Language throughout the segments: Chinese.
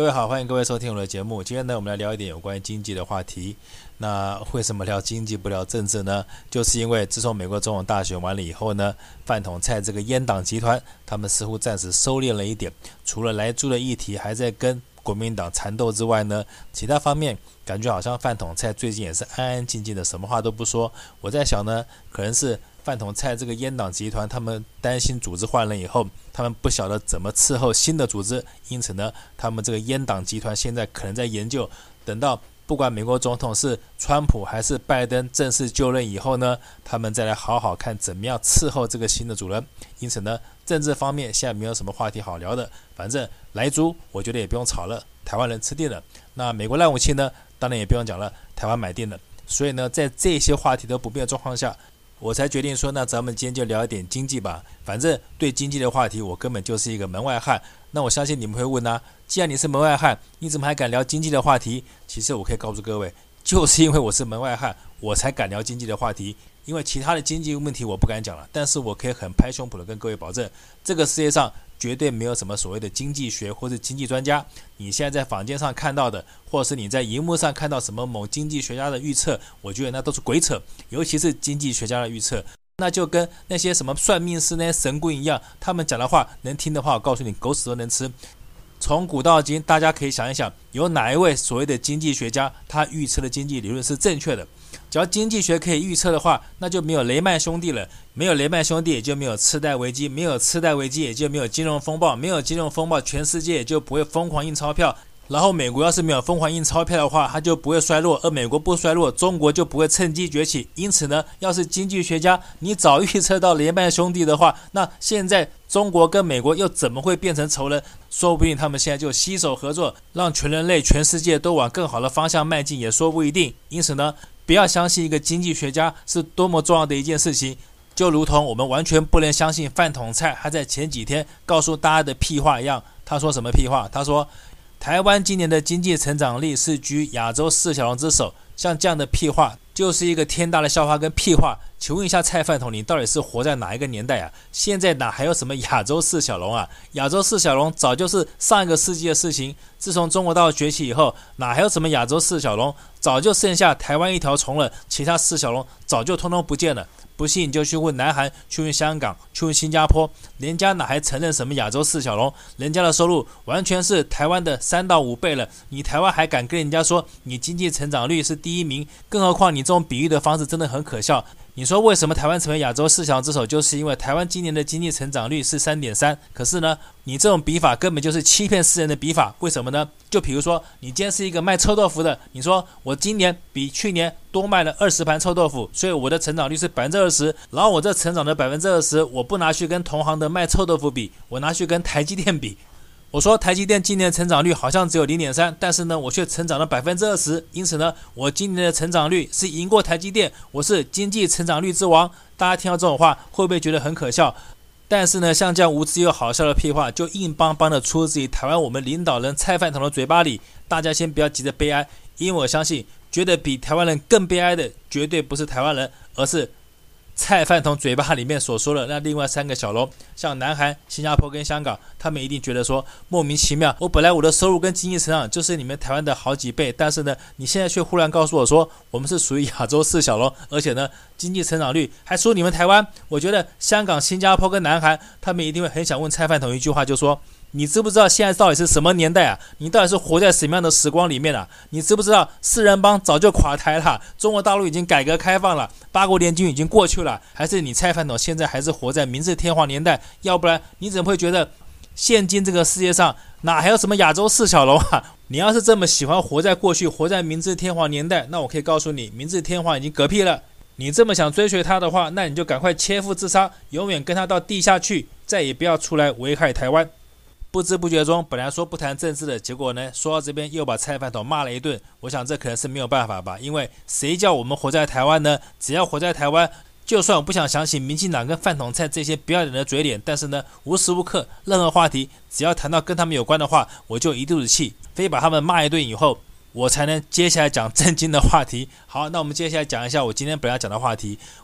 位好，欢迎各位收听我的节目。今天呢，我们来聊一点有关于经济的话题。那为什么聊经济不聊政治呢？就是因为自从美国总统大选完了以后呢，范统蔡这个阉党集团，他们似乎暂时收敛了一点，除了莱猪的议题还在跟国民党缠斗之外呢，其他方面感觉好像范统蔡最近也是安安静静的，什么话都不说。我在想呢，可能是范统蔡这个阉党集团，他们担心组织换了以后，他们不晓得怎么伺候新的组织，因此呢，他们这个阉党集团现在可能在研究，等到不管美国总统是川普还是拜登正式就任以后呢，他们再来好好看怎么样伺候这个新的主人。因此呢，政治方面现在没有什么话题好聊的，反正莱猪我觉得也不用吵了，台湾人吃定了。那美国烂武器呢，当然也不用讲了，台湾买定了。所以呢，在这些话题都不变的状况下，我才决定说，那咱们今天就聊一点经济吧。反正对经济的话题，我根本就是一个门外汉。那我相信你们会问啊，既然你是门外汉，你怎么还敢聊经济的话题？其实我可以告诉各位，就是因为我是门外汉，我才敢聊经济的话题。因为其他的经济问题我不敢讲了，但是我可以很拍胸脯的跟各位保证，这个世界上绝对没有什么所谓的经济学或是经济专家。你现在在坊间上看到的，或者是你在荧幕上看到什么某经济学家的预测，我觉得那都是鬼扯，尤其是经济学家的预测，那就跟那些什么算命师那些神棍一样，他们讲的话能听的话，我告诉你，狗屎都能吃。从古到今，大家可以想一想，有哪一位所谓的经济学家，他预测的经济理论是正确的？只要经济学可以预测的话，那就没有雷曼兄弟了，没有雷曼兄弟也就没有次贷危机，没有次贷危机也就没有金融风暴，没有金融风暴，全世界也就不会疯狂印钞票。然后美国要是没有疯狂印钞票的话，它就不会衰落，而美国不衰落，中国就不会趁机崛起。因此呢，要是经济学家你早预测到雷曼兄弟的话，那现在中国跟美国又怎么会变成仇人？说不定他们现在就携手合作，让全人类全世界都往更好的方向迈进，也说不一定。因此呢，不要相信一个经济学家是多么重要的一件事情，就如同我们完全不能相信范统蔡他在前几天告诉大家的屁话一样。他说什么屁话？他说台湾今年的经济成长率是居亚洲四小龙之首，像这样的屁话就是一个天大的笑话跟屁话。请问一下蔡范统，你到底是活在哪一个年代啊？现在哪还有什么亚洲四小龙啊？亚洲四小龙早就是上一个世纪的事情，自从中国大陆崛起以后，哪还有什么亚洲四小龙？早就剩下台湾一条虫了，其他四小龙早就通通不见了。不信你就去问南韩，去问香港，去问新加坡，人家哪还承认什么亚洲四小龙？人家的收入完全是台湾的3到5倍了，你台湾还敢跟人家说你经济成长率是第一名？更何况你这种比喻的方式真的很可笑。你说为什么台湾成为亚洲四小龙之首，就是因为台湾今年的经济成长率是 3.3， 可是呢，你这种比法根本就是欺骗世人的比法。为什么呢？就比如说你今天是一个卖臭豆腐的，你说我今年比去年多卖了20盘臭豆腐，所以我的成长率是 20%， 然后我这成长的 20%， 我不拿去跟同行的卖臭豆腐比，我拿去跟台积电比，我说台积电今年的成长率好像只有 0.3， 但是呢我却成长了 20%， 因此呢我今年的成长率是赢过台积电，我是经济成长率之王。大家听到这种话会不会觉得很可笑？但是呢，像这样无知又好笑的屁话就硬邦邦的出自于台湾我们领导人蔡范统的嘴巴里。大家先不要急着悲哀，因为我相信觉得比台湾人更悲哀的绝对不是台湾人，而是蔡范统嘴巴里面所说的那另外3个小龙，像南韩、新加坡跟香港，他们一定觉得说莫名其妙，我本来我的收入跟经济成长就是你们台湾的好几倍，但是呢你现在却忽然告诉我说我们是属于亚洲四小龙，而且呢经济成长率还输你们台湾。我觉得香港、新加坡跟南韩他们一定会很想问蔡范统一句话，就说你知不知道现在到底是什么年代啊？你到底是活在什么样的时光里面啊？你知不知道四人帮早就垮台了，中国大陆已经改革开放了，8国联军已经过去了，还是你蔡范统现在还是活在明治天皇年代？要不然你怎么会觉得现今这个世界上哪还有什么亚洲四小龙啊？你要是这么喜欢活在过去，活在明治天皇年代，那我可以告诉你，明治天皇已经嗝屁了。你这么想追随他的话，那你就赶快切腹自杀，永远跟他到地下去，再也不要出来危害台湾。不知不觉中，本来说不谈政治的，结果呢，说到这边又把蔡范统骂了一顿。我想这可能是没有办法吧，因为谁叫我们活在台湾呢？只要活在台湾，就算我不想想起民进党跟范统蔡这些不要脸的嘴脸，但是呢，无时无刻任何话题，只要谈到跟他们有关的话，我就一肚子气，非把他们骂一顿以后，我才能接下来讲正经的话题。好，那我们接下来讲一下我今天本来要讲的话题。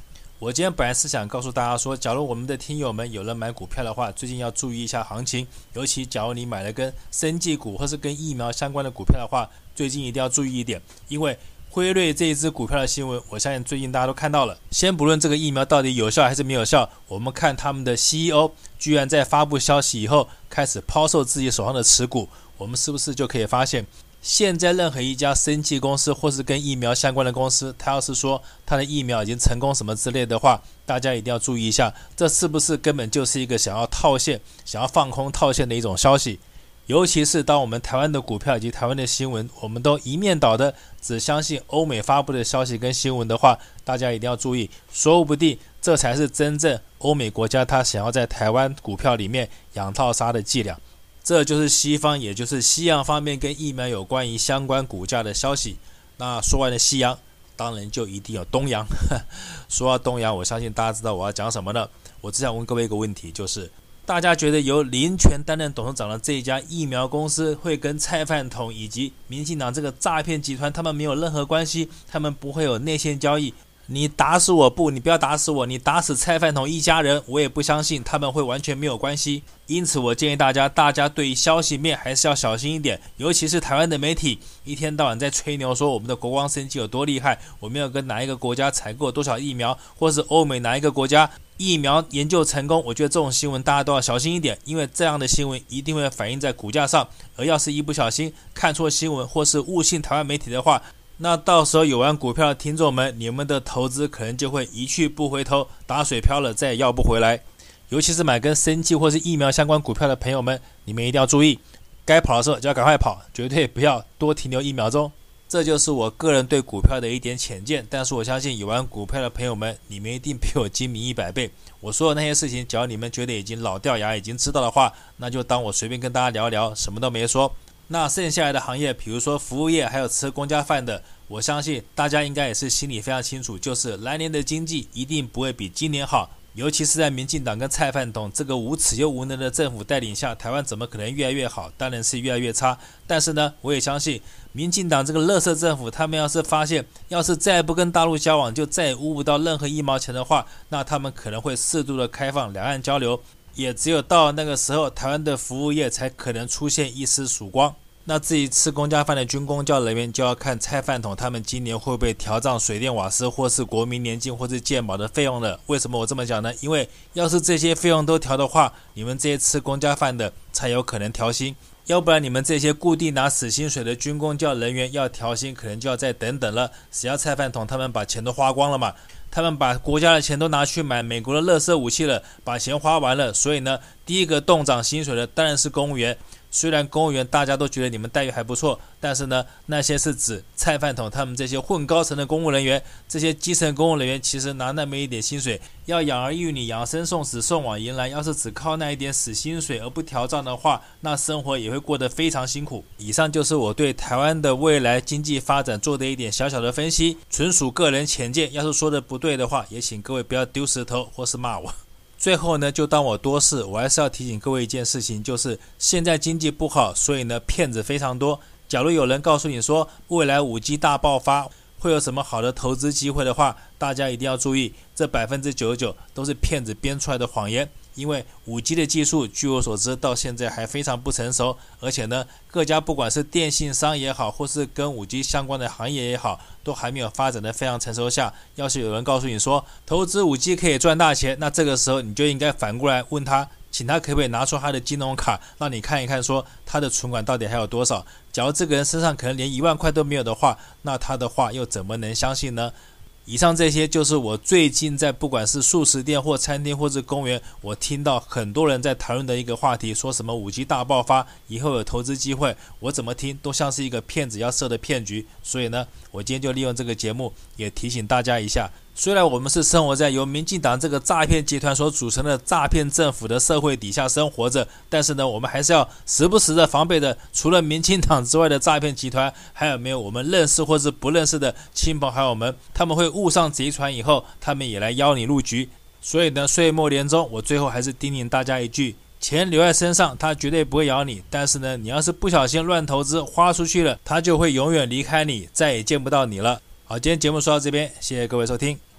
我今天本来是想告诉大家说，假如我们的听友们有人买股票的话，最近要注意一下行情，尤其假如你买了跟生技股或是跟疫苗相关的股票的话，最近一定要注意一点，因为辉瑞这一支股票的新闻，我相信最近大家都看到了。先不论这个疫苗到底有效还是没有效，我们看他们的 CEO 居然在发布消息以后开始抛售自己手上的持股，我们是不是就可以发现，现在任何一家生技公司或是跟疫苗相关的公司，他要是说他的疫苗已经成功什么之类的话，大家一定要注意一下，这是不是根本就是一个想要套现、想要放空套现的一种消息。尤其是当我们台湾的股票以及台湾的新闻，我们都一面倒的只相信欧美发布的消息跟新闻的话，大家一定要注意，说不定这才是真正欧美国家他想要在台湾股票里面养套杀的伎俩。这就是西方，也就是西洋方面跟疫苗有关于相关股价的消息。那说完了西洋，当然就一定有东洋。说到东洋，我相信大家知道我要讲什么了。我只想问各位一个问题，就是大家觉得由林全担任董事长的这一家疫苗公司会跟蔡饭桶以及民进党这个诈骗集团他们没有任何关系，他们不会有内线交易？你打死我不，你不要打死我，你打死蔡饭桶一家人，我也不相信他们会完全没有关系。因此我建议大家对于消息面还是要小心一点，尤其是台湾的媒体一天到晚在吹牛说我们的国光生技有多厉害，我们要跟哪一个国家采购多少疫苗，或是欧美哪一个国家疫苗研究成功，我觉得这种新闻大家都要小心一点，因为这样的新闻一定会反映在股价上，而要是一不小心看错新闻或是误信台湾媒体的话，那到时候有玩股票的听众们，你们的投资可能就会一去不回头，打水漂了，再也要不回来。尤其是买跟生技或是疫苗相关股票的朋友们，你们一定要注意，该跑的时候就要赶快跑，绝对不要多停留1秒钟。这就是我个人对股票的一点浅见，但是我相信有玩股票的朋友们，你们一定比我精明100倍。我说的那些事情，只要你们觉得已经老掉牙，已经知道的话，那就当我随便跟大家聊聊，什么都没说。那剩下来的行业，比如说服务业还有吃公家饭的，我相信大家应该也是心里非常清楚，就是来年的经济一定不会比今年好，尤其是在民进党跟蔡饭桶这个无耻又无能的政府带领下，台湾怎么可能越来越好？当然是越来越差。但是呢，我也相信民进党这个垃圾政府，他们要是发现要是再不跟大陆交往，就再也污不到任何1毛钱的话，那他们可能会适度的开放两岸交流，也只有到那个时候，台湾的服务业才可能出现一丝曙光。那至于吃公家饭的军公教人员，就要看蔡饭桶他们今年会不会调涨水电瓦斯或是国民年金或是健保的费用了。为什么我这么讲呢？因为要是这些费用都调的话，你们这些吃公家饭的才有可能调薪，要不然你们这些固定拿死薪水的军公教人员要调薪，可能就要再等等了。只要蔡饭桶他们把钱都花光了嘛，他们把国家的钱都拿去买美国的垃圾武器了，把钱花完了，所以呢，第一个动涨薪水的当然是公务员。虽然公务员大家都觉得你们待遇还不错，但是呢，那些是指蔡饭桶他们这些混高层的公务人员，这些基层公务人员其实拿那么一点薪水，要养儿育女、养生送死、送往迎来，要是只靠那一点死薪水而不调涨的话，那生活也会过得非常辛苦。以上就是我对台湾的未来经济发展做的一点小小的分析，纯属个人浅见，要是说的不对的话，也请各位不要丢石头或是骂我。最后呢，就当我多事，我还是要提醒各位一件事情，就是现在经济不好，所以呢骗子非常多。假如有人告诉你说未来5G 大爆发会有什么好的投资机会的话，大家一定要注意，这99%都是骗子编出来的谎言。因为5G 的技术据我所知到现在还非常不成熟，而且呢各家不管是电信商也好，或是跟5G 相关的行业也好，都还没有发展的非常成熟下，要是有人告诉你说投资5G 可以赚大钱，那这个时候你就应该反过来问他，请他可不可以拿出他的金融卡让你看一看，说他的存款到底还有多少。假如这个人身上可能连1万块都没有的话，那他的话又怎么能相信呢？以上这些就是我最近在不管是素食店或餐厅或是公园，我听到很多人在谈论的一个话题，说什么5G 大爆发以后有投资机会，我怎么听都像是一个骗子要设的骗局。所以呢，我今天就利用这个节目也提醒大家一下，虽然我们是生活在由民进党这个诈骗集团所组成的诈骗政府的社会底下生活着，但是呢，我们还是要时不时的防备的，除了民进党之外的诈骗集团，还有没有我们认识或是不认识的亲朋好友们，他们会误上贼船以后，他们也来邀你入局。所以呢，岁末年终，我最后还是叮咛大家一句，钱留在身上，它绝对不会咬你，但是呢，你要是不小心乱投资花出去了，它就会永远离开你，再也见不到你了。好，今天节目说到这边，谢谢各位收听。